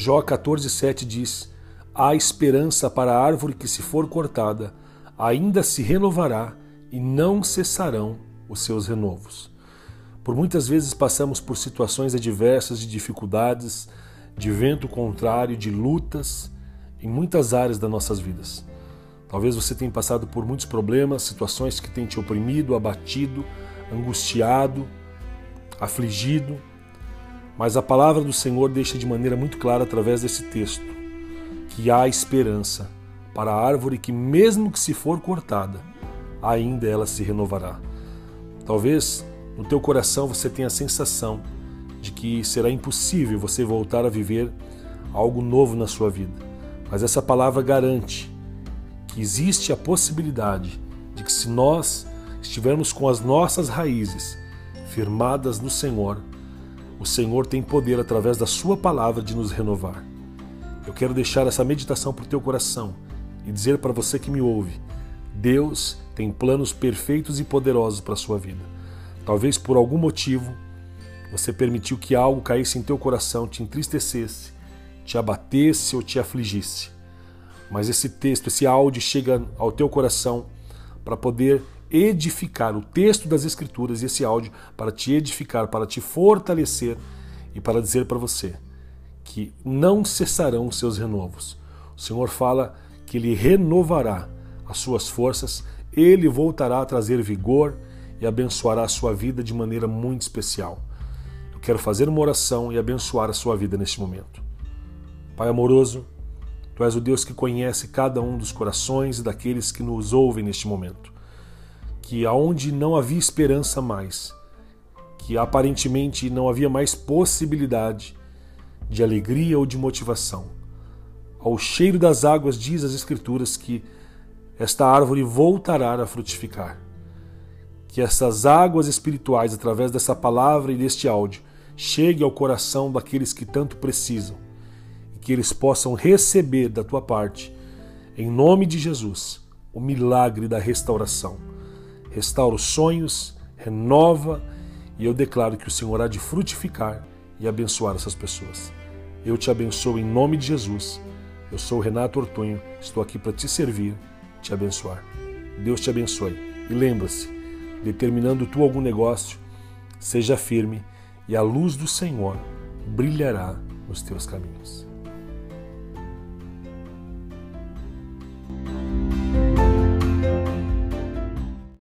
Jó 14,7 diz: há esperança para a árvore que, se for cortada, ainda se renovará e não cessarão os seus renovos. Por muitas vezes passamos por situações adversas, de dificuldades, de vento contrário, de lutas em muitas áreas das nossas vidas. Talvez você tenha passado por muitos problemas, situações que têm te oprimido, abatido, angustiado, afligido. Mas a palavra do Senhor deixa de maneira muito clara através desse texto que há esperança para a árvore que, mesmo que se for cortada, ainda ela se renovará. Talvez no teu coração você tenha a sensação de que será impossível você voltar a viver algo novo na sua vida. Mas essa palavra garante que existe a possibilidade de que, se nós estivermos com as nossas raízes firmadas no Senhor, o Senhor tem poder através da sua palavra de nos renovar. Eu quero deixar essa meditação para o teu coração e dizer para você que me ouve: Deus tem planos perfeitos e poderosos para a sua vida. Talvez por algum motivo você permitiu que algo caísse em teu coração, te entristecesse, te abatesse ou te afligisse. Mas esse texto, esse áudio chega ao teu coração para poder edificar, o texto das Escrituras e esse áudio para te edificar, para te fortalecer e para dizer para você que não cessarão os seus renovos. O Senhor fala que Ele renovará as suas forças, Ele voltará a trazer vigor e abençoará a sua vida de maneira muito especial. Eu quero fazer uma oração e abençoar a sua vida neste momento. Pai amoroso, Tu és o Deus que conhece cada um dos corações e daqueles que nos ouvem neste momento. Que aonde não havia esperança mais, que aparentemente não havia mais possibilidade de alegria ou de motivação, ao cheiro das águas diz as Escrituras que esta árvore voltará a frutificar. Que essas águas espirituais, através dessa palavra e deste áudio, cheguem ao coração daqueles que tanto precisam, que eles possam receber da Tua parte, em nome de Jesus, o milagre da restauração. Restaura os sonhos, renova, e eu declaro que o Senhor há de frutificar e abençoar essas pessoas. Eu te abençoo em nome de Jesus. Eu sou o Renato Ortunho, estou aqui para te servir, te abençoar. Deus te abençoe. E lembra-se, determinando tu algum negócio, seja firme e a luz do Senhor brilhará nos teus caminhos.